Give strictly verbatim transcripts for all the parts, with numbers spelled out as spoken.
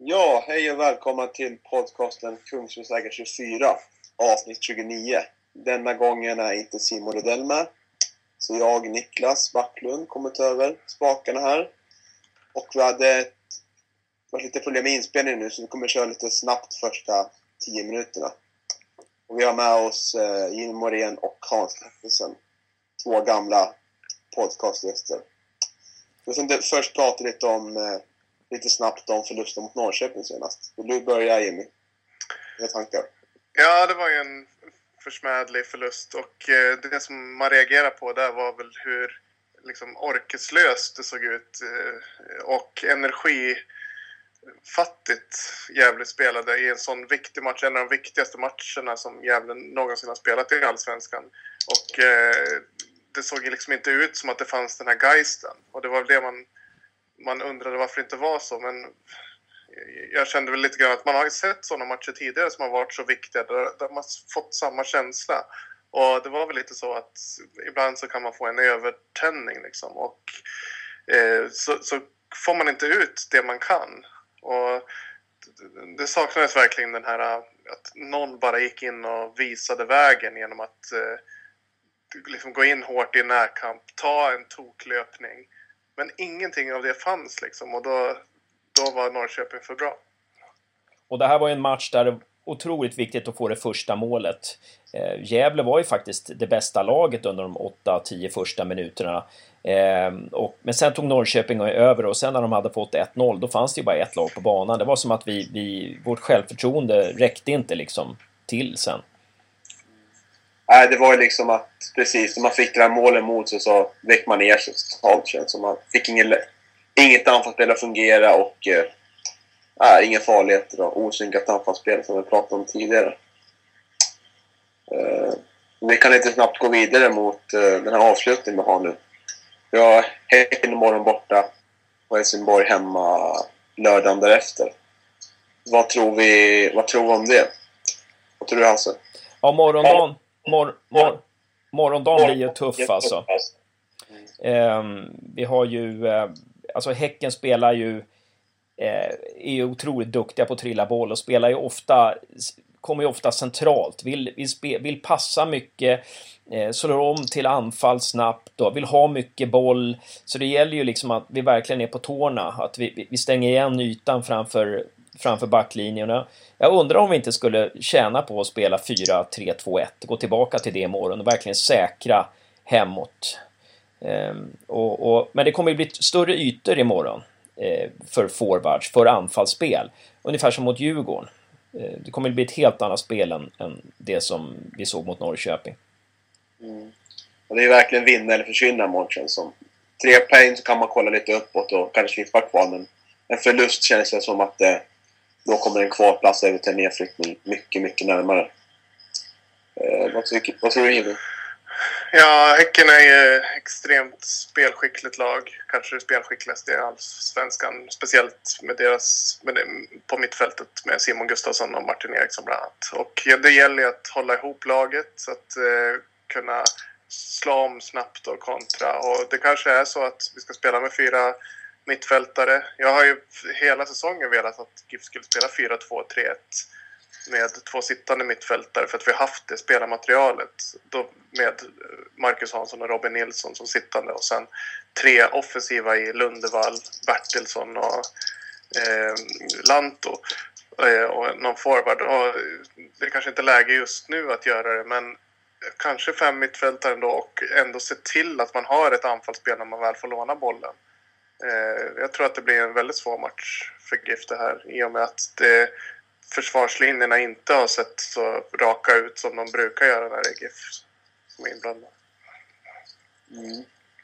Ja, hej och välkomna till podcasten Kungshusägare tjugofyra, avsnitt tjugonio. Denna gången är inte Simon Rydell med. Så jag, Niklas Backlund, kommer ta över spakarna här. Och vi hade varit lite problem med inspelningen nu, så vi kommer köra lite snabbt första tio minuterna. Och vi har med oss eh, Jimmy Morén och Hans Steffensen. Två gamla podcastgäster. Vi tänkte först prata lite om... Eh, lite snabbt om förlusten mot Norrköping senast. Vill du börja, Jimmy? Med tankar? Ja, det var ju en försmädlig förlust. Och eh, det som man reagerar på där var väl hur liksom, orkeslöst det såg ut. Eh, och energifattigt Gävle spelade i en sån viktig match. En av de viktigaste matcherna som Gävle någonsin har spelat i Allsvenskan. Och eh, det såg liksom inte ut som att det fanns den här geisten. Och det var väl det man... Man undrade varför det inte var så, men jag kände väl lite grann att man har sett sådana matcher tidigare som har varit så viktiga, där, där man har fått samma känsla. Och det var väl lite så att ibland så kan man få en övertändning liksom, och eh, så, så får man inte ut det man kan. Och det saknades verkligen den här att någon bara gick in och visade vägen genom att eh, liksom gå in hårt i närkamp, ta en toklöpning. Men ingenting av det fanns liksom, och då, då var Norrköping för bra. Och det här var en match där det var otroligt viktigt att få det första målet. Eh, Gävle var ju faktiskt det bästa laget under de åtta tio första minuterna. Eh, och, men sen tog Norrköping över, och sen när de hade fått ett noll, då fanns det ju bara ett lag på banan. Det var som att vi, vi, vårt självförtroende räckte inte liksom till sen. Nej, det var ju liksom att precis när man fick det här målen mot sig så väck man ner sig totalt, känns som man fick ingen, inget anfallsspel att fungera och äh, ingen farligheter och osynkat anfallsspel som vi pratade om tidigare. Uh, vi kan inte snabbt gå vidare mot uh, den här avslutningen vi har nu. Vi har Häcken imorgon borta och Helsingborg hemma lördagen därefter. Vad tror vi, vad tror vi om det? Vad tror du, Hasse? Ja, morgondagen. Mor- mor- morgondagen blir ju tuff alltså. Eh, vi har ju eh, alltså Häcken spelar ju eh, är ju otroligt duktiga på att trilla boll och spelar ju ofta, kommer ju ofta centralt, vill, vill, spe, vill passa mycket, eh, slår om till anfall snabbt och vill ha mycket boll, så det gäller ju liksom att vi verkligen är på tårna, att vi, vi stänger igen ytan framför framför backlinjerna. Jag undrar om vi inte skulle tjäna på att spela fyra tre två ett, gå tillbaka till det imorgon och verkligen säkra hemåt. Ehm, och, och, men det kommer ju bli större ytor imorgon eh, för forwards, för anfallsspel. Ungefär som mot Djurgården. Eh, det kommer bli ett helt annat spel än, än det som vi såg mot Norrköping. Mm. Och det är verkligen vinna eller försvinna matchen. Som tre poäng så kan man kolla lite uppåt och kanske slippa kvar, men en förlust känns det som att eh, då kommer en kvarplats över till nedflyttning mycket, mycket närmare. Eh, vad, tycker, vad tror du, Jimmy? Ja, Häcken är ju extremt spelskickligt lag. Kanske det spelskickligaste i Allsvenskan. Speciellt med deras, med det, på mittfältet med Simon Gustafsson och Martin Eriksson bland annat. Och det gäller ju att hålla ihop laget så att eh, kunna slå om snabbt och kontra. Och det kanske är så att vi ska spela med fyra mittfältare. Jag har ju hela säsongen velat att GIF skulle spela fyra två tre ett med två sittande mittfältare, för att vi har haft det spelarmaterialet då med Marcus Hansson och Robin Nilsson som sittande, och sen tre offensiva i Lundevall, Bertilsson och eh, Lanto eh, och någon forward. Och det är kanske inte läge just nu att göra det, men kanske fem mittfältare ändå, och ändå se till att man har ett anfallsspel när man väl får låna bollen. Jag tror att det blir en väldigt svår match för GIF det här, i och med att det, försvarslinjerna inte har sett så raka ut som de brukar göra när det är GIF som är inblandade. Mm.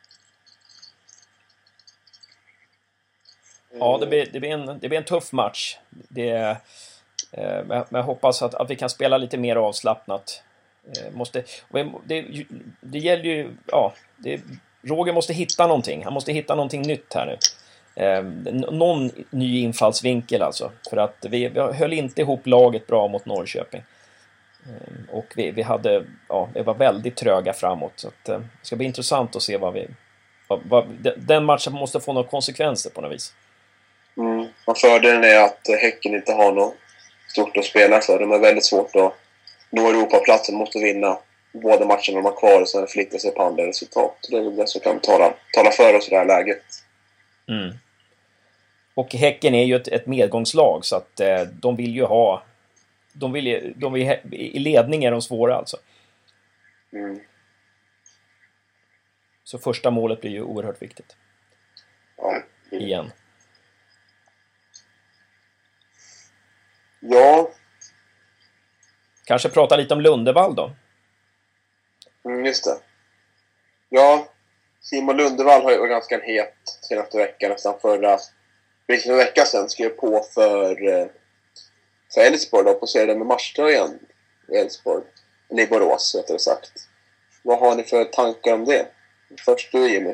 Ja, det blir, det, blir en, det blir en tuff match. Det, eh, men jag hoppas att, att vi kan spela lite mer avslappnat. Eh, måste, det, det gäller ju... Ja, det, Roger måste hitta någonting. Han måste hitta någonting nytt här nu. Eh, någon ny infallsvinkel alltså. För att vi, vi höll inte ihop laget bra mot Norrköping. Eh, och vi, vi hade... Ja, vi var väldigt tröga framåt. Så att, eh, det ska bli intressant att se vad vi... Vad, vad, den matchen måste få några konsekvenser på något vis. Mm. Men fördelen är att Häcken inte har något stort att spela för. De är väldigt svårt att nå Europaplatsen, måste vinna båda matcherna de har kvar och sen flytta sig på andra resultat. Det är väl det som kan tala, tala för oss i det här läget. Mm. Och Häcken är ju ett, ett medgångslag, så att eh, de vill ju ha de vill, de vill, i ledning är de svåra alltså. Mm. Så första målet blir ju oerhört viktigt. Ja. Mm. Igen. Ja. Kanske prata lite om Lundevall då. Mm, just det. Ja, Simon Lundevall har ju varit ganska het senaste veckan, nästan förra vilken vecka sedan skrev på för för Elfsborg då, poserade med matchtröjan i Elfsborg, eller i Borås rättare sagt. Vad har ni för tankar om det? Först du, Jimmy.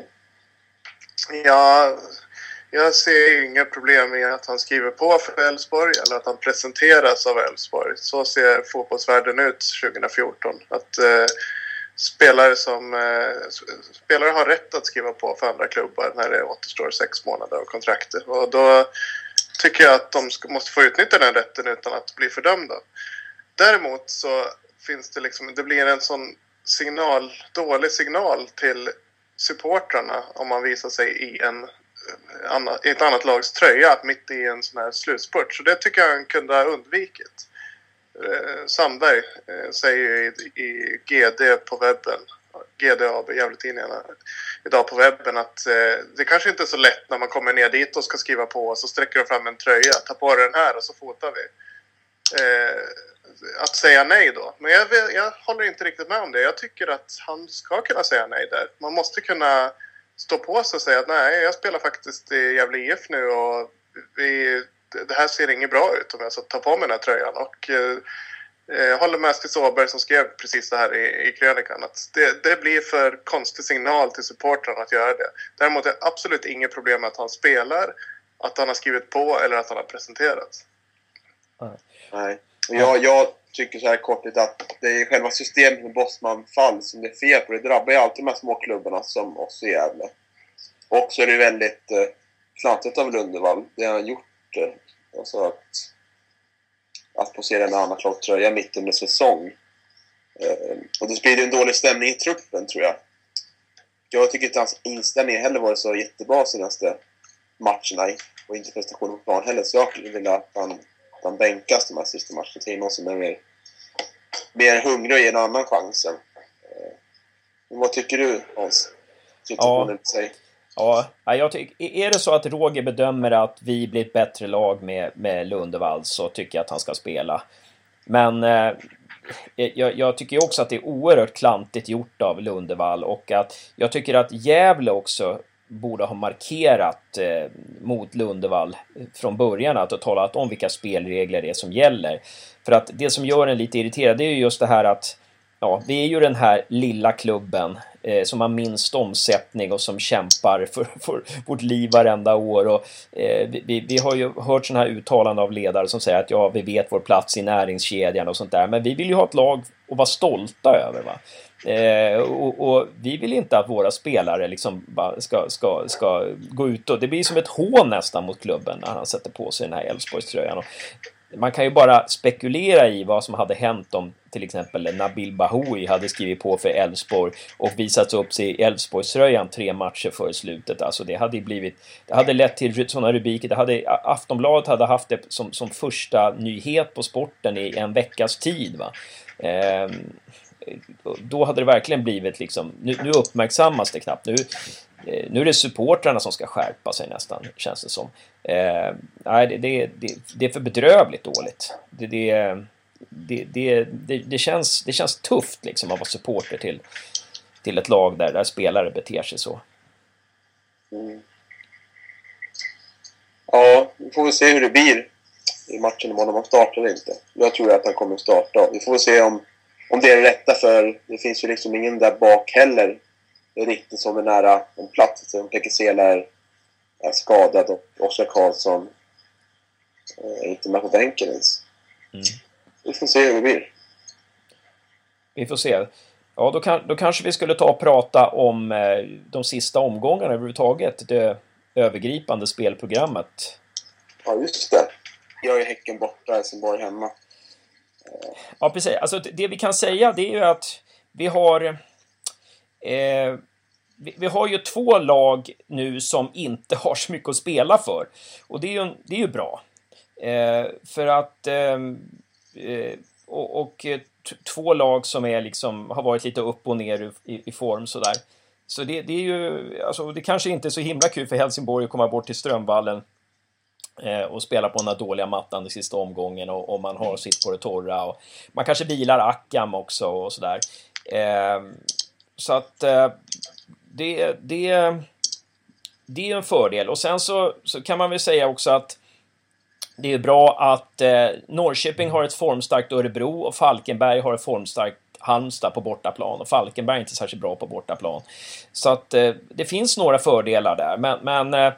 Ja, jag ser inga problem med att han skriver på för Elfsborg eller att han presenteras av Elfsborg. Så ser fotbollsvärlden ut tjugo fjorton. Att eh, spelare som eh, spelare har rätt att skriva på för andra klubbar när det återstår sex månader av kontraktet. Och då tycker jag att de ska, måste få utnyttja den rätten utan att bli fördömda. Däremot så finns det liksom, det blir en sån signal, dålig signal till supportrarna om man visar sig i en annan, i ett annat lags tröja mitt i en sån här slutspurt. Så det tycker jag han kunde ha undvikit. Eh, Sandberg eh, säger i, i G D på webben, G D A B, Gävletidningarna idag på webben, att eh, det kanske inte är så lätt när man kommer ner dit och ska skriva på och så sträcker de fram en tröja, ta på den här och så fotar vi. Eh, att säga nej då. Men jag, jag håller inte riktigt med om det. Jag tycker att han ska kunna säga nej där. Man måste kunna stå på sig och säga att nej, jag spelar faktiskt i Gävle I F nu och vi, det här ser inget bra ut om jag så tar på mig den här tröjan. Och eh, jag håller med Stig Såberg som skrev precis det här i, i krönikan, att det, det blir för konstig signal till supportrarna att göra det. Däremot är det absolut inget problem med att han spelar, att han har skrivit på eller att han har presenterat. Nej. Jag, jag tycker så här kortligt att det är själva systemet med Bosman-fall som det är fel på. Det drabbar ju alltid de här små klubbarna som oss i Gävle. Och så är det väldigt eh, klantigt av Lundevall. Det har han gjort. Eh, alltså att, att posera en annan klocktröja mitt under säsong. Eh, och det blir ju en dålig stämning i truppen, tror jag. Jag tycker inte hans inställning heller var så jättebra senaste matcherna. Och inte prestationen på plan heller. Så jag vill att han... han bänkas de här sista matcherna till någon som är mer, mer hungrig och ger en annan chansen. Men vad tycker du, Hans? Ja, ja, jag tycker, är det så att Roger bedömer att vi blir ett bättre lag med, med Lundevall, så tycker jag att han ska spela. Men eh, jag, jag tycker också att det är oerhört klantigt gjort av Lundevall, och att jag tycker att Gävle också borde ha markerat eh, mot Lundevall från början, att ha talat om vilka spelregler det är som gäller. För att det som gör en lite irriterad, det är ju just det här att ja, vi är ju den här lilla klubben eh, som har minst omsättning och som kämpar för, för vårt liv varenda år. Och, eh, vi, vi har ju hört sådana här uttalanden av ledare som säger att ja, vi vet vår plats i näringskedjan och sånt där. Men vi vill ju ha ett lag att vara stolta över, va? Eh, och, och vi vill inte att våra spelare liksom bara ska, ska, ska gå ut, och det blir som ett hån nästan mot klubben när han sätter på sig den här Elfsborgströjan. Och man kan ju bara spekulera i vad som hade hänt om till exempel Nabil Bahoui hade skrivit på för Elfsborg och visats upp sig i Elfsborgströjan tre matcher före slutet. Alltså det hade blivit, det hade lett till sådana rubriker. Det hade, Aftonbladet hade haft det som, som första nyhet på sporten i en veckas tid, va? Eh, då hade det verkligen blivit liksom, nu, nu uppmärksammas det knappt. Nu, nu är det supportrarna som ska skärpa sig nästan, känns det som. Eh, nej, det, det, det, det är för bedrövligt dåligt. Det, det, det, det, det, det, känns, det känns tufft liksom att vara supporter till, till ett lag där, där spelare beter sig så. Mm. Ja, vi får väl se hur det blir i matchen imorgon, om han startar eller inte. Jag tror att han kommer att starta. Vi får väl se om Om det är rätta, för det finns ju liksom ingen där bak heller. Det är riktigt som är nära en plats. Som Pekesela är, är skadad och Oskar Karlsson är inte med på bänken ens. Mm. Vi får se hur det blir. Vi får se. Ja, då, kan, då kanske vi skulle ta och prata om eh, de sista omgångarna överhuvudtaget. Det övergripande spelprogrammet. Ja, just det. Jag är Häcken borta, Helsingborg hemma. Ja, precis. Alltså, det vi kan säga det är ju att vi har eh, vi, vi har ju två lag nu som inte har så mycket att spela för. Och det är ju, det är ju bra. Eh, för att eh, och, och t- två lag som är liksom, har varit lite upp och ner i, i form sådär. Så det, det är ju, alltså, det kanske inte är så himla kul för Helsingborg att komma bort till Strömvallen eh, och spela på den här dåliga mattan i sista omgången, och, och man har sitt på det torra, och man kanske bilar Akam också och sådär. Eh, så att eh, det, det, det är en fördel. Och sen så, så kan man väl säga också att det är bra att eh, Norrköping har ett formstarkt Örebro och Falkenberg har ett formstarkt Halmstad på bortaplan, och Falkenberg är inte särskilt bra på bortaplan. Så att eh, det finns några fördelar där, men men eh,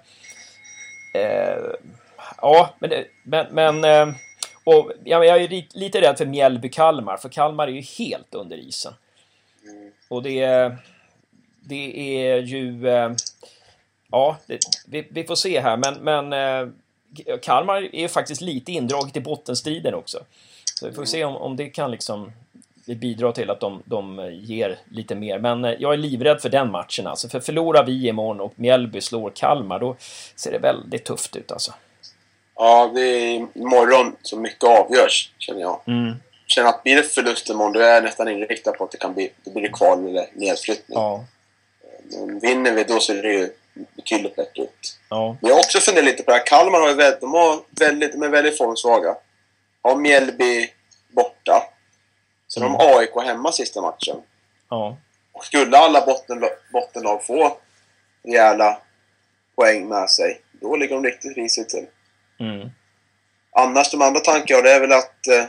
eh, ja, men men, men eh, och jag, jag är lite rädd för Mjällby Kalmar, för Kalmar är ju helt under isen. Och det det är ju eh, ja, det, vi, vi får se här, men men eh, Kalmar är faktiskt lite indraget i bottenstriden också. Så vi får se om, om det kan liksom bidra till att de, de ger lite mer. Men jag är livrädd för den matchen alltså. För förlorar vi imorgon och Mjällby slår Kalmar, då ser det väldigt tufft ut alltså. Ja, det är imorgon som mycket avgörs, känner jag. Mm. Känner att blir det förlust imorgon, då är jag nästan inriktad på att det kan bli, det blir kval eller nedflyttning. Ja. Men vinner vi, då ser det ju betydligt bättre ut. Ja. Men jag har också funderat lite på det här. Kalmar har ju väldigt, de har väldigt, de är väldigt formsvaga. Har Mjällby borta. Så mm. de har A I K hemma sista matchen. Ja. Och skulle alla bottenlag, bottenlag få rejäla poäng med sig, då ligger de riktigt risigt till. Mm. Annars, de andra tankarna, det är väl att eh,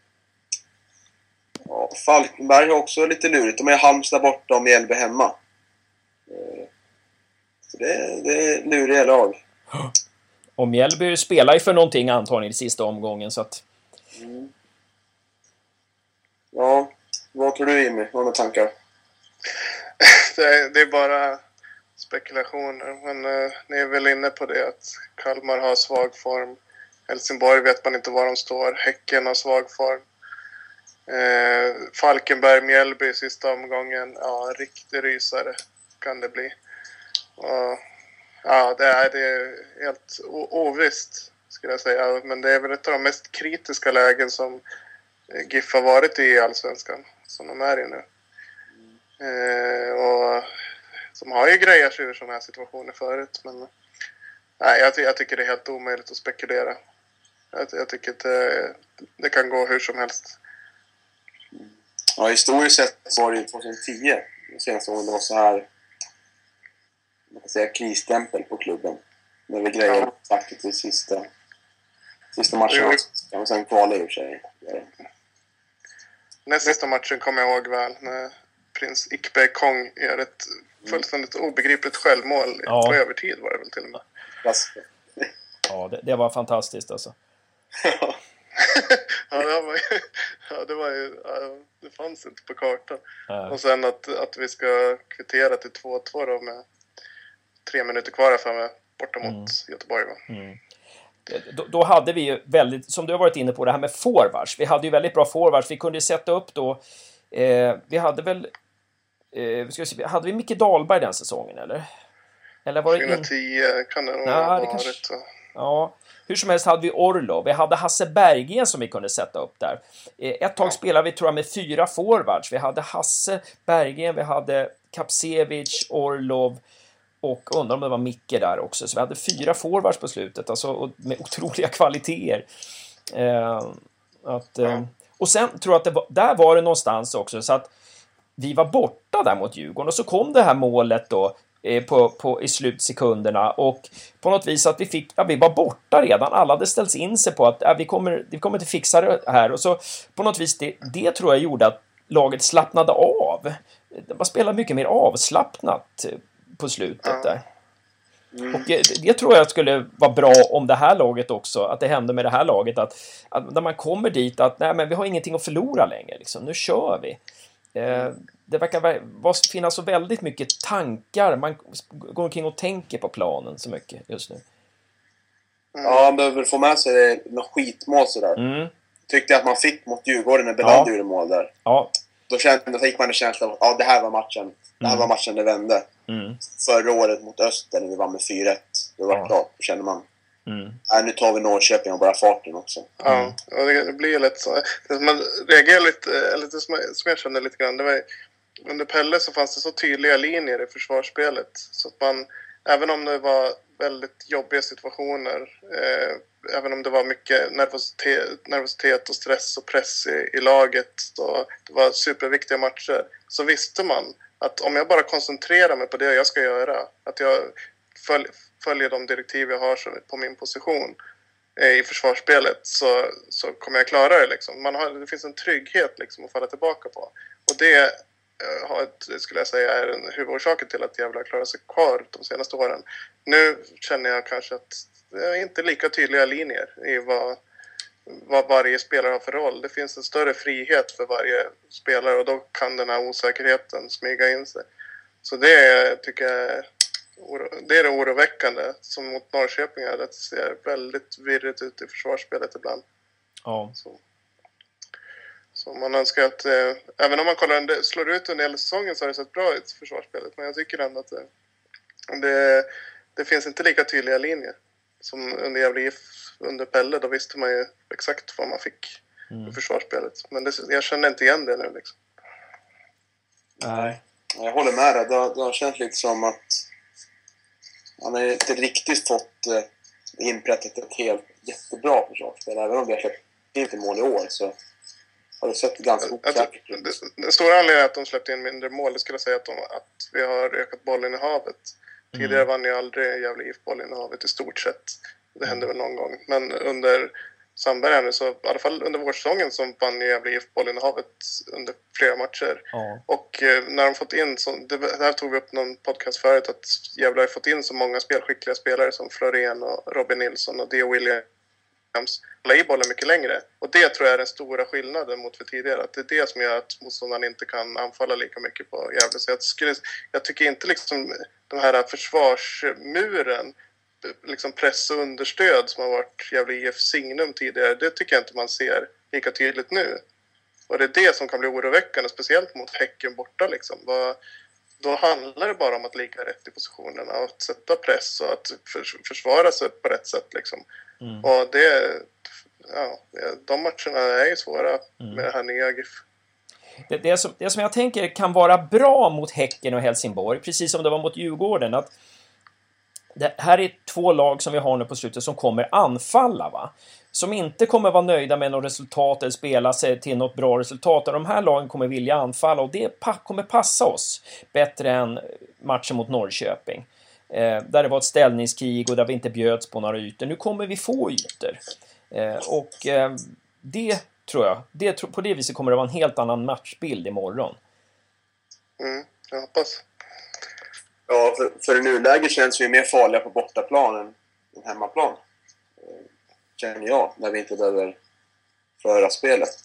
ja, Falkenberg har också lite lurigt. De är Halmstad borta och Mjällby hemma. Eh, så det, det är luriga lag. Och Mjällby spelar ju för någonting antagligen i sista omgången, så att... Mm. Ja, vad tror du, Jimmy? Vad har tankar? det, är, det är bara spekulationer, men uh, ni är väl inne på det att Kalmar har svag form. Helsingborg vet man inte var de står. Häcken har svag form. Uh, Falkenberg, Mjällby sista omgången. Ja, riktig rysare kan det bli. Uh, ja, det är, det är helt ovisst, skulle jag säga. Men det är väl ett av de mest kritiska lägen som GIF har varit i Allsvenskan, som de är i nu. Eh, och som har ju grejat sig ur sådana här situationer förut, men nej, jag, jag tycker det är helt omöjligt att spekulera. Jag, jag tycker att det, det kan gå hur som helst. Ja, historiskt sett var det ju tjugohundratio, senaste gången det var så här, man kan säga, krisstämpel på klubben. När vi grejade ja. Sagt till sista sista matchen, jo. Kan man sen kvala ur sig. Näst sista matchen kommer jag ihåg väl, när prins Ikbe Kong gör ett fullständigt obegripligt självmål ja. På övertid var det väl till och med. Ja, det, det var fantastiskt alltså. ja, det var ju, ja, det var ju, ja, det fanns inte på kartan. Ja. Och sen att, att vi ska kvittera till två två då med tre minuter kvar för mig borta mot mm. Göteborg, va? Mm. Då, då hade vi ju väldigt, som du har varit inne på, det här med forwards. Vi hade ju väldigt bra forwards. Vi kunde sätta upp då, eh, vi hade väl, eh, ska vi se, hade vi Micke Dahlberg den säsongen, eller? Eller var det in... tjugohundratio kan det nog ha varit. Kanske... Ja, hur som helst hade vi Orlov. Vi hade Hasse Berggren som vi kunde sätta upp där. Eh, ett tag ja. Spelade vi, tror jag, med fyra forwards. Vi hade Hasse Berggren, vi hade Kapsevich, Orlov, och undrar om det var Micke där också. Så vi hade fyra forwards på slutet. Alltså med otroliga kvaliteter. Eh, att, eh, och sen tror jag att det var, där var det någonstans också. Så att vi var borta där mot Djurgården. Och så kom det här målet då. Eh, på, på, i slutsekunderna. Och på något vis att vi fick... Ja, vi var borta redan. Alla hade ställt in sig på att ja, vi, kommer, vi kommer inte fixa det här. Och så på något vis det, det tror jag gjorde att laget slappnade av. Man spelade mycket mer avslappnat på slutet där. Mm. Och det, det tror jag skulle vara bra om det här laget också, att det hände med det här laget, att, att när man kommer dit att nej, men vi har ingenting att förlora längre liksom. Nu kör vi. Eh, det verkar vara, finnas så väldigt mycket tankar, man går omkring och tänker på planen så mycket just nu. Ja, han behöver få med sig något skitmål sådär. Mm. Tyckte jag att man fick mot Djurgården när Belander Ja. gjorde mål där. Ja. Då, kände, då fick man en känsla av att ja, det här var matchen. Det här Mm. var matchen det vände. Mm. Förra året mot Öster när vi vann med fyra ett. Det var Ja. klart. Då kände man Mm. äh, nu tar vi Norrköping och bara farten också. Ja, och det, det blir ju lätt så. Det man reagerar lite, eller det som jag, som jag kände lite grann, det var under Pelle så fanns det så tydliga linjer i försvarsspelet. Så att man, även om det var väldigt jobbiga situationer, eh, även om det var mycket nervositet, nervositet och stress och press i, i laget och det var superviktiga matcher, så visste man att om jag bara koncentrerar mig på det jag ska göra, att jag följ, följer de direktiv jag har på min position eh, i försvarsspelet, så, så kommer jag klara det liksom. Man har, det finns en trygghet liksom att falla tillbaka på. Och det har ett, skulle jag säga är en huvudorsaken till att Gävle har klarat sig kvar de senaste åren. Nu känner jag kanske att det är inte lika tydliga linjer i vad, vad varje spelare har för roll. Det finns en större frihet för varje spelare och då kan den här osäkerheten smyga in sig. Så det tycker jag det är det oroväckande, som mot Norrköping är, det ser väldigt virrigt ut i försvarsspelet ibland. Ja. Så. Så man önskar att, eh, även om man kollar det, slår ut under hela säsongen, så har det sett bra ut i försvarsspelet. Men jag tycker ändå att det, det, det finns inte lika tydliga linjer som under Gävle I F under Pelle. Då visste man ju exakt vad man fick Mm. i försvarsspelet. Men det, jag känner inte igen det nu liksom. Nej, jag håller med dig. Det har, det har känts lite som att han har inte riktigt fått eh, inprättat ett helt jättebra försvarsspel. Även om vi har släppt inte mål i år, så har det sett ganska osäkert ut. Den stora anledningen att de släppte in mindre mål, det skulle jag säga att, de, att vi har ökat bollen i havet. Tidigare Mm. vann ju aldrig Gävle I F bollen i havet i stort sett. Det hände väl någon gång. Men under Sandberg här nu, så i alla fall under vårsäsongen, så vann ju Gävle I F bollen i havet under flera matcher. Ja. Och eh, när de fått in, så, det, det här tog vi upp någon podcast förut, att Gävle har fått in så många spelskickliga spelare som Florén och Robin Nilsson och Dio Williams. Hålla i bollen mycket längre. Och det tror jag är den stora skillnaden mot för tidigare. Att det är det som gör att motståndaren inte kan anfalla lika mycket på Gävle. Så jag, skulle, jag tycker inte liksom den här försvarsmuren, liksom press och understöd som har varit Gävle I F signum tidigare, det tycker jag inte man ser lika tydligt nu. Och det är det som kan bli oroväckande, speciellt mot Häcken borta liksom. Vad, då handlar det bara om att ligga rätt i positionerna och att sätta press och att försvara sig på rätt sätt liksom. Mm. Och det, ja, de matcherna är ju svåra Mm. med det här nya GIF. Det, det, som, det som jag tänker kan vara bra mot Häcken och Helsingborg, precis som det var mot Djurgården, att det här är två lag som vi har nu på slutet som kommer anfalla, va? Som inte kommer vara nöjda med något resultat eller spela sig till något bra resultat. De här lagen kommer vilja anfalla, och det pa- kommer passa oss bättre än matchen mot Norrköping. Eh, där det var ett ställningskrig och där vi inte bjöds på några ytor. Nu kommer vi få ytor. Eh, och eh, det tror jag, det, på det viset kommer det vara en helt annan matchbild imorgon. Mm, jag hoppas. Ja, för, för i nuläget känns vi mer farliga på bortaplan än, än hemmaplan. Eh, känner jag, när vi inte behöver föra spelet.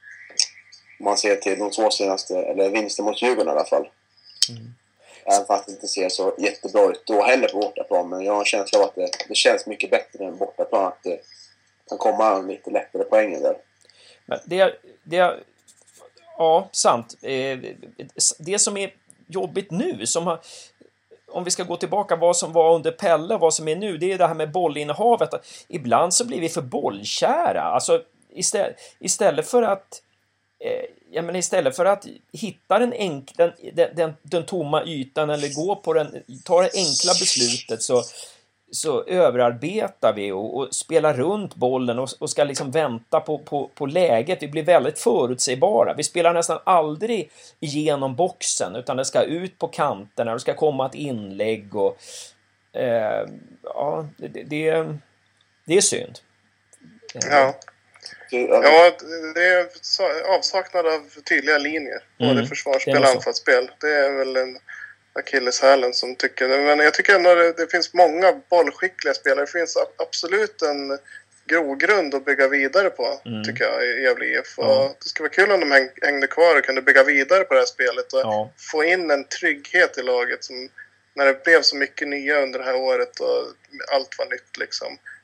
Om man ser till de två senaste, eller vinsten mot Djurgården i alla fall. Mm. Även fast det inte ser så jättebra ut då heller på bortaplan. Men jag har en känsla av att det, det känns mycket bättre än bortaplan. Att det kan komma lite lättare poäng där. Men det, det, ja, sant. Eh, det som är jobbigt nu, som har, om vi ska gå tillbaka vad som var under Pelle och vad som är nu, det är det här med bollinnehavet. Ibland så blir vi för bollkära. Alltså istället, istället för att eh, ja, men istället för att hitta den, enkla, den, den, den tomma ytan eller gå på den, ta det enkla beslutet, så så överarbetar vi och, och spelar runt bollen och, och ska liksom vänta på, på, på läget. Vi blir väldigt förutsägbara. Vi spelar nästan aldrig igenom boxen, utan det ska ut på kanterna och det ska komma ett inlägg och eh, ja, det, det, det är synd. Ja. Ja, det är avsaknad av tydliga linjer. Både Mm, försvarsspel och anfallsspel. Det är väl en akilleshälen som tycker. Men jag tycker ändå det, det finns många bollskickliga spelare. Det finns absolut en grogrund att bygga vidare på, mm. tycker jag, i Gävle I F. Ja. Det skulle vara kul om de häng, hängde kvar och kunde bygga vidare på det här spelet och ja. få in en trygghet i laget som, när det blev så mycket nya under det här året och allt var nytt liksom.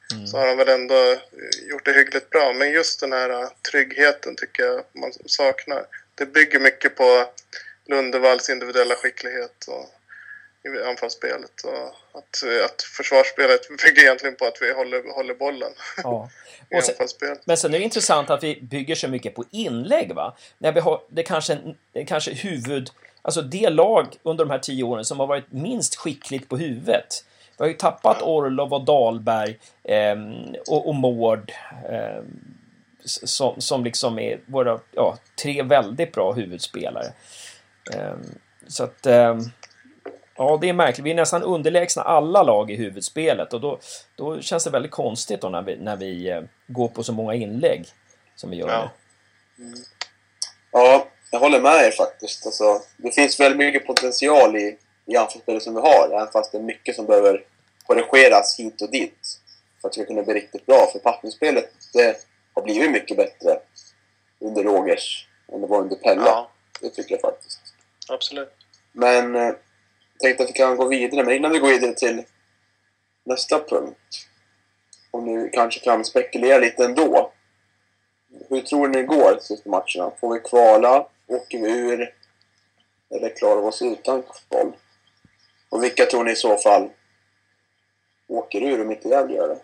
mm. så har de väl ändå gjort det hyggligt bra. Men just den här tryggheten tycker jag man saknar. Det bygger mycket på Lundevalls individuella skicklighet och i anfallsspelet. Och att, att försvarsspelet bygger egentligen på att vi håller, håller bollen. Ja. i Och sen, anfallsspelet. Men sen är det intressant att vi bygger så mycket på inlägg, va? När vi har, det kanske, det kanske huvud... Alltså det lag under de här tio åren som har varit minst skickligt på huvudet. Vi har ju tappat ja. Orlov och Dahlberg eh, och, och Mård eh, som, som liksom är våra ja, tre väldigt bra huvudspelare. Eh, så att eh, ja, det är märkligt. Vi är nästan underlägsna alla lag i huvudspelet och då, då känns det väldigt konstigt då när vi, när vi eh, går på så många inlägg som vi gör ja. nu. Mm. Ja, jag håller med er faktiskt. Alltså, det finns väldigt mycket potential i, i anfallsspelet som vi har, även fast det är mycket som behöver korrigeras hit och dit för att det ska kunna bli riktigt bra. För passningsspelet det har blivit mycket bättre under Rogers än det var under Pelle. Ja. Det tycker jag faktiskt. Absolut. Men jag tänkte att vi kan gå vidare. Men innan vi går vidare till nästa punkt, om ni kanske kan spekulera lite ändå. Hur tror ni det går sista matcherna? Får vi kvala? Åker vi ur? Eller klarar vi oss utan kval? Och vilka tror ni i så fall åker ur om inte Gävle gör det?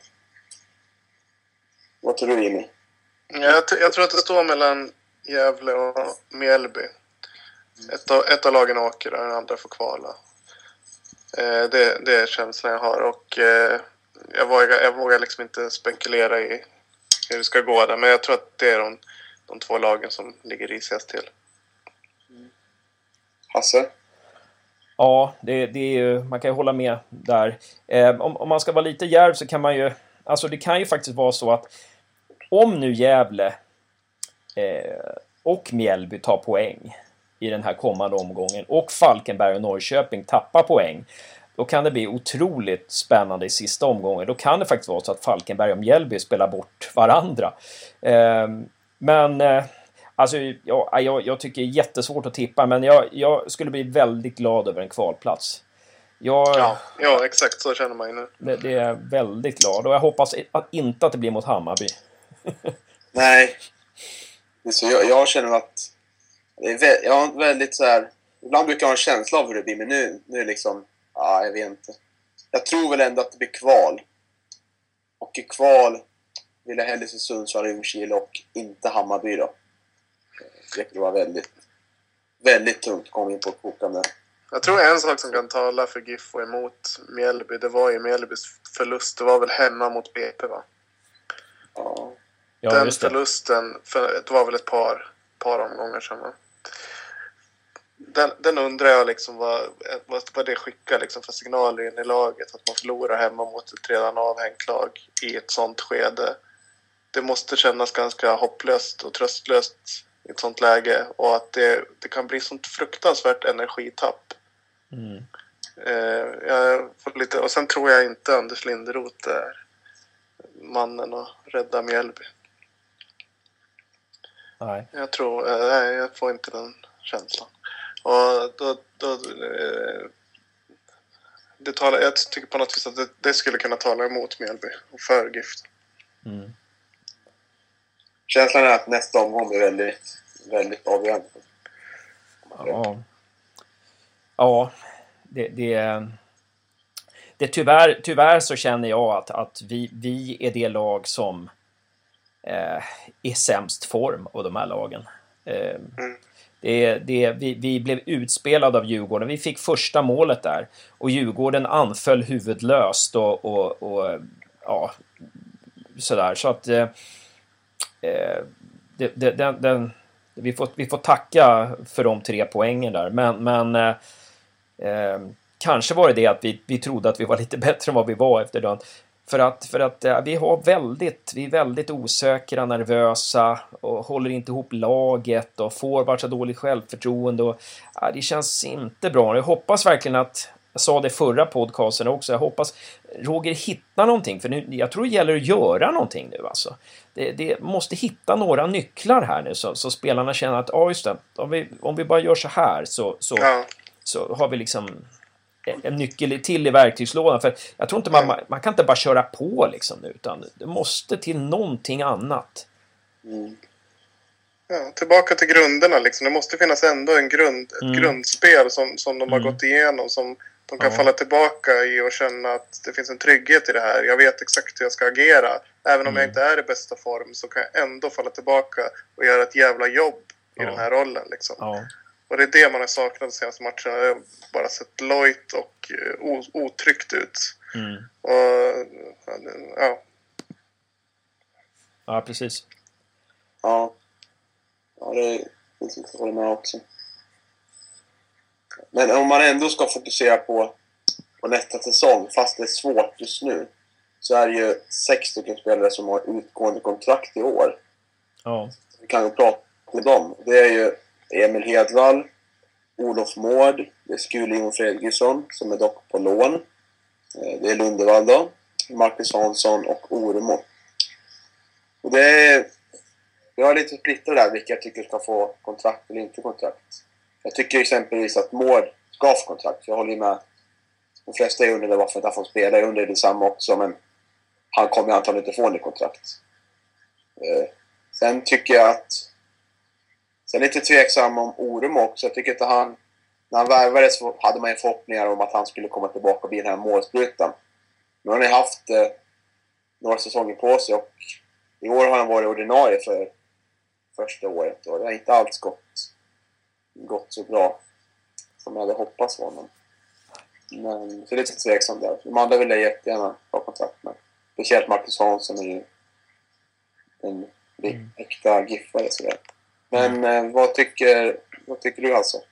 Vad tror du, Jimmy? Jag, t- jag tror att det står mellan Gävle och Mjällby. Ett av, ett av lagen åker och den andra får kvala. Eh, det, det är känslan jag har. Och eh, jag, vågar, jag vågar liksom inte spekulera i hur det ska gå där. Men jag tror att det är de, de två lagen som ligger risigast till. Hasse? Ja, det, det är ju, man kan ju hålla med där. Eh, om, om man ska vara lite djärv så kan man ju... Alltså det kan ju faktiskt vara så att om nu Gävle eh, och Mjällby tar poäng i den här kommande omgången och Falkenberg och Norrköping tappar poäng, då kan det bli otroligt spännande i sista omgången. Då kan det faktiskt vara så att Falkenberg och Mjällby spelar bort varandra. Eh, men... Eh, Alltså, ja, jag, jag tycker det är jättesvårt att tippa, men jag, jag skulle bli väldigt glad över en kvalplats. Jag, ja, ja, exakt så känner man ju nu. Det, det är väldigt glad, och jag hoppas att, inte att det blir mot Hammarby. Nej, så jag, jag känner att det är vä- jag har väldigt så här, ibland brukar jag ha en känsla av hur det blir, men nu, nu är det liksom, ja, jag vet inte. Jag tror väl ändå att det blir kval. Och i kval vill jag hellre se Sundsvall, Ljungskile och inte Hammarby då. Det skulle vara väldigt, väldigt tungt att komma in på att koka med. Jag tror en sak som kan tala för GIF och emot Mjällby, det var ju Mjällbys förlust. Det var väl hemma mot B P, va? Ja. Ja, den just det. förlusten, för, det var väl ett par, par omgångar sedan, va? Den, den undrar jag liksom vad, vad, vad det skickar liksom för signaler in i laget. Att man förlorar hemma mot ett redan avhängt lag i ett sånt skede. Det måste kännas ganska hopplöst och tröstlöst i ett sånt läge, och att det, det kan bli sånt fruktansvärt energitapp. Mm. Eh, jag får lite, och sen tror jag inte Anders Linderoth är mannen att rädda Mjällby. Nej. Jag tror, eh, nej, jag får inte den känslan. Och då, då eh, det talar, jag tycker på något vis att det, det skulle kunna tala emot Mjällby och för GIF. Mm. Känslan är att nästa omgång blir väldigt, väldigt avgörande. Ja, ja det, det, det tyvärr, tyvärr så känner jag att, att vi, vi är det lag som eh, är sämst form av de här lagen. Eh, Mm. det, det, vi, vi blev utspelade av Djurgården. Vi fick första målet där och Djurgården anföll huvudlöst och, och, och ja, sådär. Så att eh, det, det, den, den, vi, får, vi får tacka för de tre poängen där. Men, men eh, eh, kanske var det det att vi, vi trodde att vi var lite bättre än vad vi var efter den. För att, för att eh, vi, har väldigt, vi är väldigt osäkra, nervösa och håller inte ihop laget och får vara så dåligt självförtroende. Och, ja, det känns inte bra. Jag hoppas verkligen att, jag sa det förra podcasten också, jag hoppas Roger hittar någonting. För nu, jag tror det gäller att göra någonting nu. Alltså. Det, det måste hitta några nycklar här nu så, så spelarna känner att ah, just det, om, vi, om vi bara gör så här så, så, Ja. så har vi liksom en nyckel till i verktygslådan. För jag tror inte man, man, man kan inte bara köra på liksom nu, utan det måste till någonting annat. Mm. Ja, tillbaka till grunderna liksom. Det måste finnas ändå en grund, ett mm. grundspel som, som de har mm. gått igenom, som de kan ja. falla tillbaka i och känna att det finns en trygghet i det här. Jag vet exakt hur jag ska agera. Även om mm. jag inte är i bästa form så kan jag ändå falla tillbaka och göra ett jävla jobb i ja. den här rollen liksom. Ja. Och det är det man har saknat de senaste matcherna. Det har bara sett lojt och uh, otryggt ut. Mm. Och, ja. Ja, precis. Ja. Ja, det finns inte hålla med också. Men om man ändå ska fokusera på, på nästa säsong, fast det är svårt just nu, så är det ju sex stycken spelare som har utgående kontrakt i år. Ja. Vi kan ju prata med dem. Det är ju Emil Hedvall, Olof Mård, det är Skule Fredriksson som är dock på lån. Det är Lundevall då, Marcus Hansson och Oremo. Och det är... Jag är lite splittrad där vilka jag tycker ska få kontrakt eller inte kontrakt. Jag tycker exempelvis att Mård ska få kontrakt. Jag håller med. De flesta är under det varför att han får spela. Jag undrar detsamma också, men han kommer antagligen inte få en kontrakt. Eh, sen tycker jag att... Sen är jag lite tveksam om Oremo också. Jag tycker att han... När han värvades så hade man ju förhoppningar om att han skulle komma tillbaka och bli den här målsprutan. Nu har han haft eh, några säsonger på sig och i år har han varit ordinarie för första året och det har inte alls gått, gått så bra som jag hade hoppats på honom. Men så det är lite tveksam där. De andra vill jag jättegärna ha kontakt med. Speciellt Marcus Hansson är ju en mm. äkta giffare sådär. Men eh, vad, tycker, vad tycker du alltså?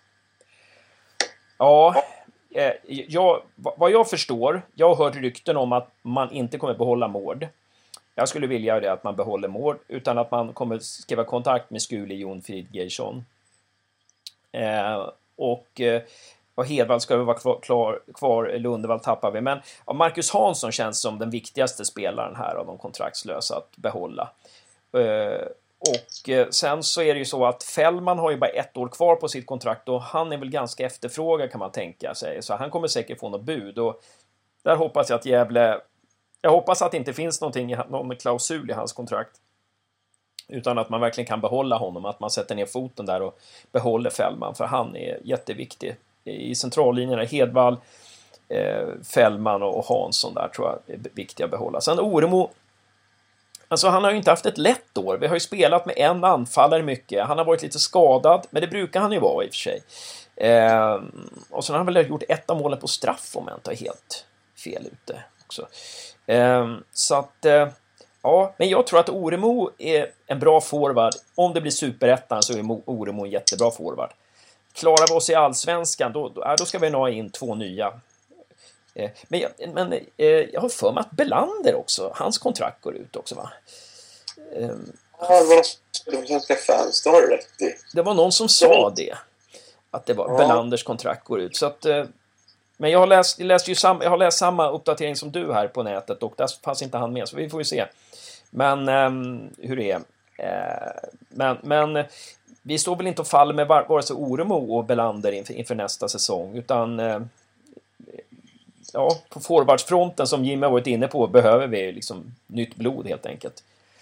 Ja, eh, jag, vad jag förstår, jag har hört rykten om att man inte kommer behålla Mård. Jag skulle vilja det att man behåller Mård utan att man kommer skriva kontakt med Skule Jon Fridgeirsson. Eh, och eh, och Hedvall ska vara kvar, klar, kvar Lundevall tappar vi. Men ja, Marcus Hansson känns som den viktigaste spelaren här av de kontraktslösa att behålla. Eh, och eh, sen så är det ju så att Fällman har ju bara ett år kvar på sitt kontrakt och han är väl ganska efterfrågad kan man tänka sig. Så han kommer säkert få något bud och där hoppas jag att Gävle... Jag hoppas att det inte finns någonting, någon klausul i hans kontrakt. Utan att man verkligen kan behålla honom. Att man sätter ner foten där och behåller Fällman. För han är jätteviktig. I centrallinjerna Hedvall, eh, Fällman och Hansson där tror jag är viktiga att behålla. Sen Oremo. Alltså han har ju inte haft ett lätt år. Vi har ju spelat med en anfallare mycket. Han har varit lite skadad. Men det brukar han ju vara i och för sig. Eh, och sen har han väl gjort ett av målen på straff om jag inte är helt fel ute också. Um, så att uh, ja, men jag tror att Oremo är en bra forward. Om det blir superettan så är Oremo en jättebra forward. Klarar vi oss i allsvenskan då, då, då ska vi nå in två nya. Uh, men jag, men uh, jag har för mig att Belander också, hans kontrakt går ut också va? Um, ja, det var de svenska fans, det har du rätt i. Det var någon som sa det. Att det var ja. Belanders kontrakt går ut. Så att uh, men jag har läst, jag läst ju sam, jag har läst samma uppdatering som du här på nätet och där fanns inte han med så vi får ju se. Men um, hur det är. Uh, men, men vi står väl inte och faller med var, vare sig Oremo och Belander inför, inför nästa säsong utan uh, ja, på forwardsfronten som Jimmy har varit inne på behöver vi liksom nytt blod helt enkelt.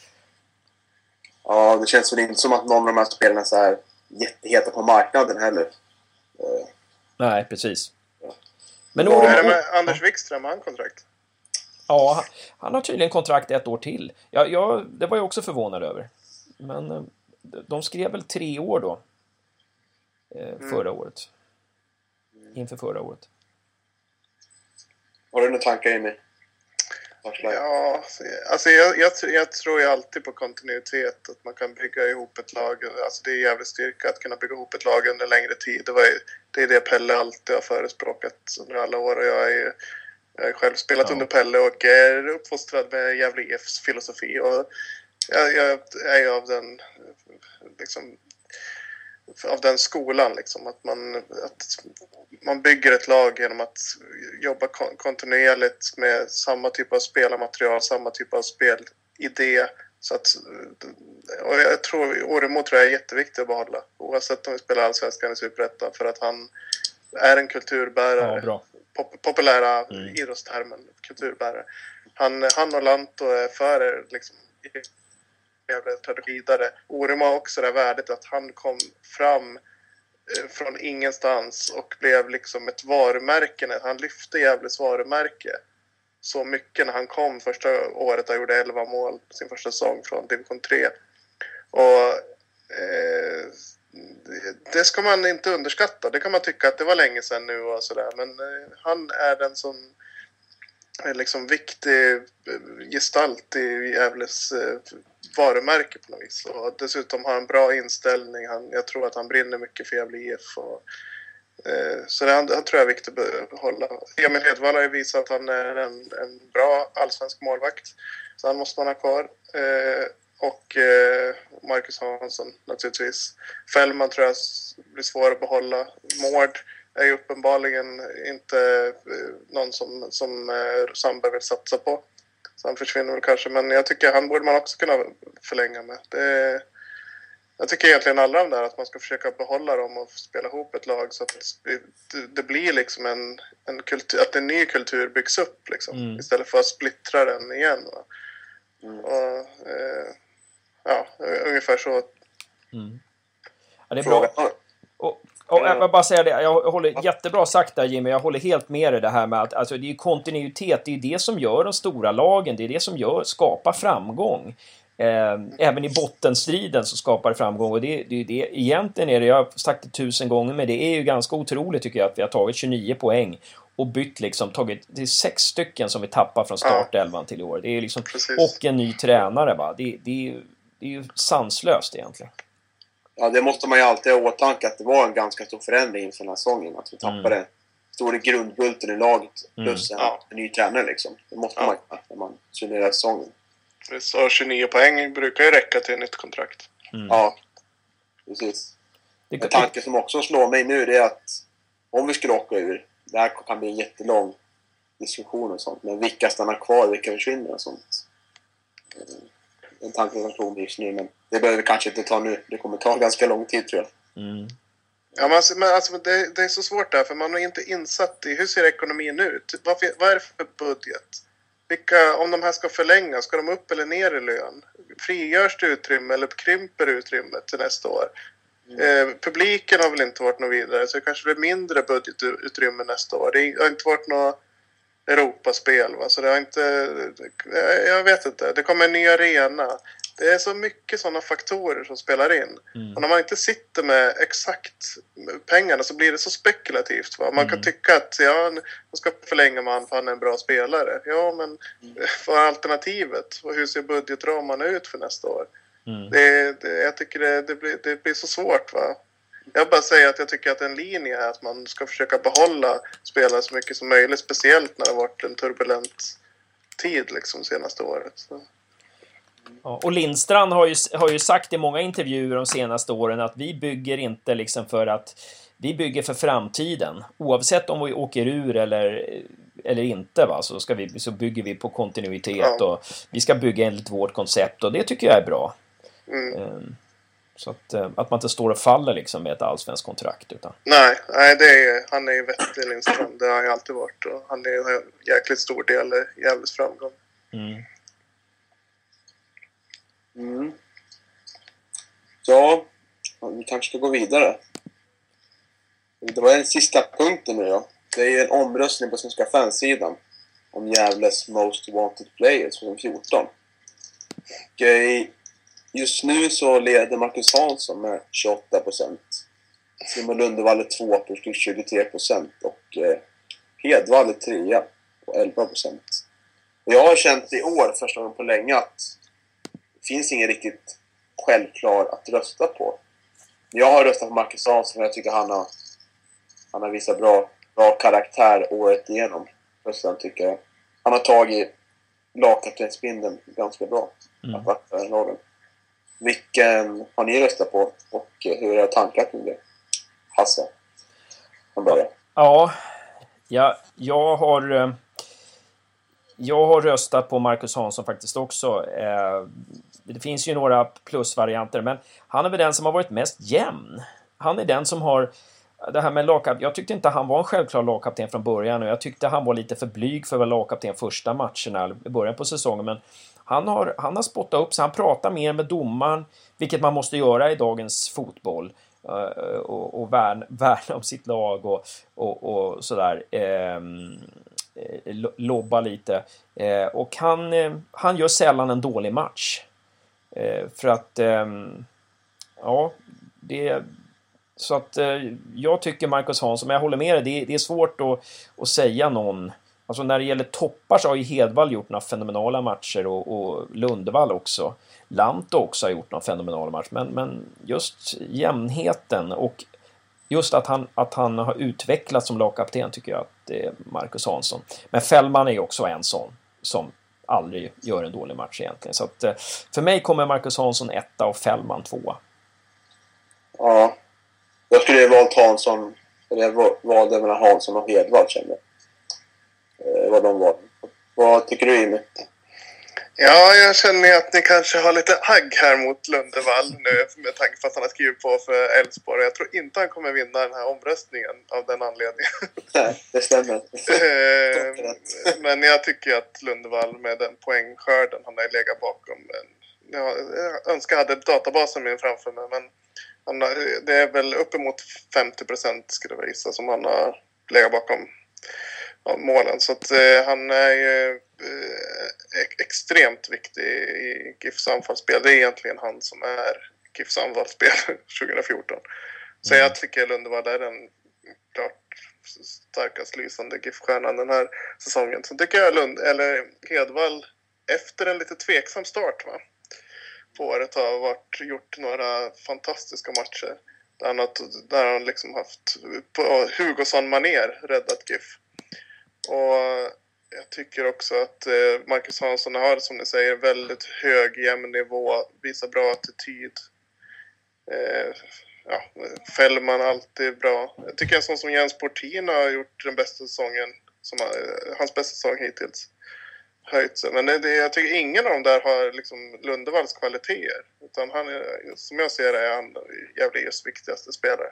Ja, det känns väl inte som att någon av de här spelarna är så här jätteheta på marknaden heller. Uh. Nej, precis. Men Hur är det med Anders Wikström, har han kontrakt? Ja, han, han har tydligen kontrakt ett år till. Ja, ja, det var jag också förvånad över. Men de skrev väl tre år då. Eh, förra mm. året. Inför förra året. Har du några tankar in i? Ja, alltså jag, jag, jag tror ju alltid på kontinuitet. Att man kan bygga ihop ett lag. Alltså det är jävligt styrka att kunna bygga ihop ett lag under längre tid. Det, var ju, det är det Pelle alltid har förespråkat under alla år. Och jag, är, jag har själv spelat ja. under Pelle och är uppfostrad med Gävle I F:s filosofi. Och jag, jag är ju av den liksom, av den skolan liksom, att man, att man bygger ett lag genom att jobba kontinuerligt med samma typ av spelarmaterial, samma typ av spelidé. Så att, och jag tror Oremo tror jag är jätteviktigt att behålla oavsett om vi spelar allsvenskan i Superettan för att han är en kulturbärare ja, pop- populära Mm. idrottstermen, kulturbärare. Han, han och Lanto är för liksom vidare. Orum har också det värdet att han kom fram eh, från ingenstans och blev liksom ett varumärke. Han lyfte Gävles varumärke så mycket när han kom första året och gjorde elva mål på sin första säsong från division tre. Och eh, det, det ska man inte underskatta. Det kan man tycka att det var länge sedan nu och sådär. Men eh, han är den som är liksom viktig gestalt i Gävles eh, varumärke på något vis. Och dessutom har en bra inställning. Han, jag tror att han brinner mycket för Gävle I F. Och, eh, så det han, han tror jag är viktigt att behålla. Emil Hedvall har ju visat att han är en, en bra allsvensk målvakt. Så han måste man ha kvar. Eh, och eh, Marcus Hansson naturligtvis. Fällman tror jag blir svår att behålla. Mård är ju uppenbarligen inte eh, någon som, som eh, Sandberg vill satsa på. Så han försvinner väl kanske. Men jag tycker han borde man också kunna förlänga med. Det, jag tycker egentligen alla de där att man ska försöka behålla dem och spela ihop ett lag så att det, det blir liksom en, en kultur, att en ny kultur byggs upp liksom. Mm. Istället för att splittra den igen. Va? Mm. Och, eh, ja, ungefär så. Mm. Ja, det är bra. Och, och jag vill bara säga det, jag håller jättebra sagt där Jimmy, jag håller helt med dig det här med att alltså, det är kontinuitet, det är det som gör de stora lagen, det är det som gör, skapar framgång. Eh, även i bottenstriden så skapar det framgång och det, det, det, egentligen är det, jag har sagt det tusen gånger, men det är ju ganska otroligt tycker jag att vi har tagit tjugonio poäng och bytt liksom, tagit, det är sex stycken som vi tappar från startelvan till i år. Det är liksom, och en ny tränare va, det, det, är, det är ju sanslöst egentligen. Ja, det måste man ju alltid ha i åtanke att det var en ganska stor förändring inför den här säsongen. Att vi tappade mm. stora grundbulten i laget plus mm. en, ja. en ny tränare liksom. Det måste ja. man när man summerar säsongen. Så tjugonio poäng brukar ju räcka till ett nytt kontrakt. Mm. Ja, precis. Det, en tanke som också slår mig nu är att om vi skulle åka ur, det här kan bli en jättelång diskussion och sånt, men vilka stannar kvar, vilka försvinner och sånt. En tanke som slår mig just nu, men det behöver vi kanske inte ta nu. Det kommer ta ganska lång tid tror jag. Mm. Ja, men alltså, men alltså det, det är så svårt där, för man är inte insatt i hur ser ekonomin ut. Vad, vad är det för budget? Vilka, om de här ska förlängas, ska de upp eller ner i lön? Frigörs det utrymme eller krymper utrymmet till nästa år? Mm. Eh, publiken har väl inte varit något vidare, så det kanske blir mindre budgetutrymme nästa år. Det har inte varit något Europaspel, va? Så det har inte, jag vet inte, det kommer en ny arena. Det är så mycket sådana faktorer som spelar in. Mm. Och när man inte sitter med exakt pengarna så blir det så spekulativt. Va? Man mm. kan tycka att ja, man ska förlänga med han för han är en bra spelare. Ja, men mm. vad är alternativet? Och hur ser budgetramarna ut för nästa år? Mm. Det, det, jag tycker det, det, blir, det blir så svårt. Va? Jag bara säger att jag tycker att en linje är att man ska försöka behålla spelare så mycket som möjligt. Speciellt när det har varit en turbulent tid liksom senaste året. Så. Ja, och Lindstrand har ju, har ju sagt i många intervjuer de senaste åren att vi bygger inte liksom för att vi bygger för framtiden. Oavsett om vi åker ur eller, eller inte va, så, ska vi, så bygger vi på kontinuitet ja. Och vi ska bygga enligt vårt koncept och det tycker jag är bra. Mm. Så att, att man inte står och faller liksom med ett allsvenskt kontrakt. Utan... Nej, nej det är, han är ju vettig Lindstrand, det har han ju alltid varit och han är en jäkligt stor del i Gävles framgång. Mm. Mm. Ja, vi kanske ska gå vidare. Det var den sista punkten nu då. Det är en omröstning på Svenska fansidan om Gävles Most Wanted Players för fjorton. Och just nu så leder Marcus Hansson med tjugoåtta procent. Simon Lundevall är två på tjugotre procent och Hedvall är trea på elva procent. Och jag har känt i år första gången på länge att det finns ingen riktigt självklar att rösta på. Jag har röstat på Marcus Hansson och jag tycker han har, han har visat bra, bra karaktär året igenom. Röstan tycker jag. Han har tagit lagkaptensbindeln ganska bra. Mm. Att vara lagen. Vilken har ni röstat på och hur är tankar kring det? Hasse, han börjar. Ja, ja, jag har... Jag har röstat på Marcus Hansson faktiskt också. Det finns ju några plusvarianter, men han är väl den som har varit mest jämn. Han är den som har... det här med lagkapten. Jag tyckte inte han var en självklar lagkapten från början. Och jag tyckte han var lite för blyg för att vara lagkapten första matcherna i början på säsongen. Men han har, han har spottat upp så han pratar mer med domaren, vilket man måste göra i dagens fotboll. Och, och värna, värna om sitt lag och, och, och sådär. Eh, lobba lite. Eh, och han, eh, han gör sällan en dålig match. Eh, för att eh, ja, det så att eh, jag tycker Marcus Hansson, men jag håller med dig, det, det är svårt att, att säga någon. Alltså när det gäller toppar så har ju Hedvall gjort några fenomenala matcher och, och Lundevall också. Lanto också har gjort några fenomenala matcher, men, men just jämnheten och just att han, att han har utvecklats som lagkapten tycker jag att det är Marcus Hansson. Men Fällman är ju också en sån som aldrig gör en dålig match egentligen. Så att, för mig kommer Marcus Hansson etta och Fällman tvåa. Ja, jag skulle ju valt Hansson, eller jag valde mellan Hansson och Hedvall, kände jag. Eh, vad de var. Vad tycker du, Jimmy? Ja, jag känner att ni kanske har lite agg här mot Lundevall nu med tanke på att han har skrivit på för Elfsborg. Jag tror inte han kommer vinna den här omröstningen av den anledningen. Nej, det stämmer. Men jag tycker att Lundevall med den poängskörden han har legat bakom. Jag önskar jag hade databasen min framför mig, men han har, det är väl uppemot femtio procent skulle jag gissa som han har legat bakom målen. Så att eh, han är ju eh, extremt viktig i GIFs anfallsspel. Det är egentligen han som är GIFs anfallsspel tjugo fjorton. Så mm. jag tycker Lundevall är den klart starkast lysande GIF-stjärnan den här säsongen. Så tycker jag Lund, eller Hedvall efter en lite tveksam start va, på året har varit, gjort några fantastiska matcher. Där han, har, där han liksom haft på Hugosson-manér räddat GIF. Och jag tycker också att Marcus Hansson har, som ni säger, väldigt hög jämn nivå, visar bra attityd. Eh, ja, Fällman alltid bra. Jag tycker en sån som Jens Portin har gjort den bästa säsongen, som hans bästa säsong hittills, höjt sig. Men det, det, jag tycker ingen av dem där har liksom Lundevalls kvaliteter. Utan han är, som jag ser det, är han jävligt viktigaste spelare.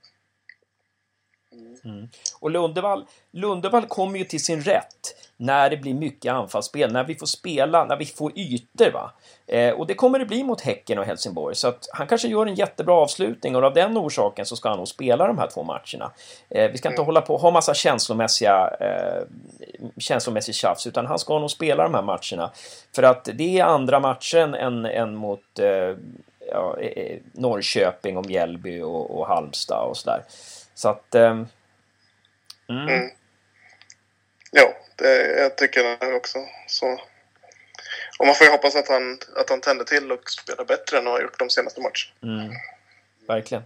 Mm. Och Lundevall, Lundevall kommer ju till sin rätt när det blir mycket anfallsspel, när vi får spela, när vi får ytor va. Eh, och det kommer det bli mot Häcken och Helsingborg, så att han kanske gör en jättebra avslutning och av den orsaken så ska han nog spela de här två matcherna. Eh, vi ska inte mm. hålla på och ha massa känslomässiga eh, känslomässig tjafs, utan han ska nog spela de här matcherna för att det är andra matchen än, än mot eh, ja, Norrköping och Mjällby och, och Halmstad och sådär. Så att... Um, mm. Mm. Ja, det, jag tycker det också. Så. Och man får ju hoppas att han, att han tänder till och spelar bättre än han har gjort de senaste matcherna. Mm. Verkligen.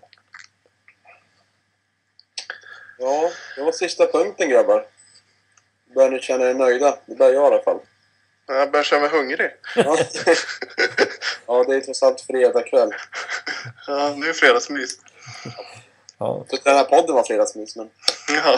Ja, det var sista punkten, grabbar. Börjar ni känna er nöjda? Det börjar jag i alla fall. Jag börjar känna mig hungrig. Ja, ja det är trots allt fredag kväll. Ja, nu är fredagsmys. Ja. Så den här podden var fredagsmys, men... Ja.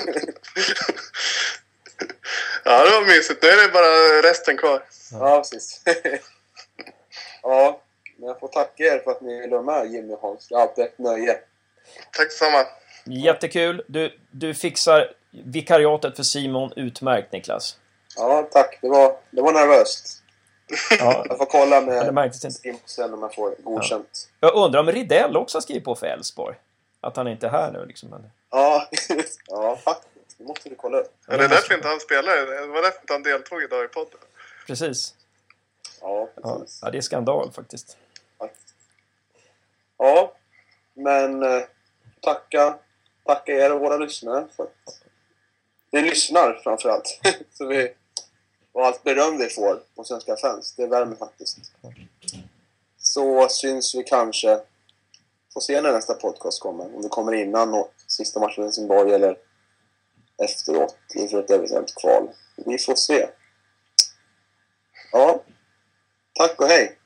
Ja, det var mysigt. Nu är det bara resten kvar. Ja, precis. Ja, men jag får tacka er för att ni ville vara med, Jimmy och Hans. Det är alltid ett nöje. Tack detsamma. Jättekul. Du, du fixar vikariatet för Simon utmärkt, Niklas. Ja, tack. Det var, det var nervöst. Ja. Jag får kolla med Simon sen om jag får godkänt. Ja. Jag undrar om Ridell också skriver på för Elfsborg. Att han inte är här nu liksom. Ja, ja faktiskt. Det måste du kolla upp. Ja, det är därför inte han spelar. Det var därför inte han deltog idag i podden. Precis. Ja, precis. Ja, det är skandal faktiskt. Ja, men eh, tacka, tacka er och våra lyssnare för att ni lyssnar framförallt. Så vi, och allt beröm vi får på svenska fans. Det värmer faktiskt. Så syns vi kanske... Får se när nästa podcast kommer. Om det kommer innan och sista matchen i Helsingborg eller efteråt inför ett eventuellt kval. Vi får se. Ja. Tack och hej.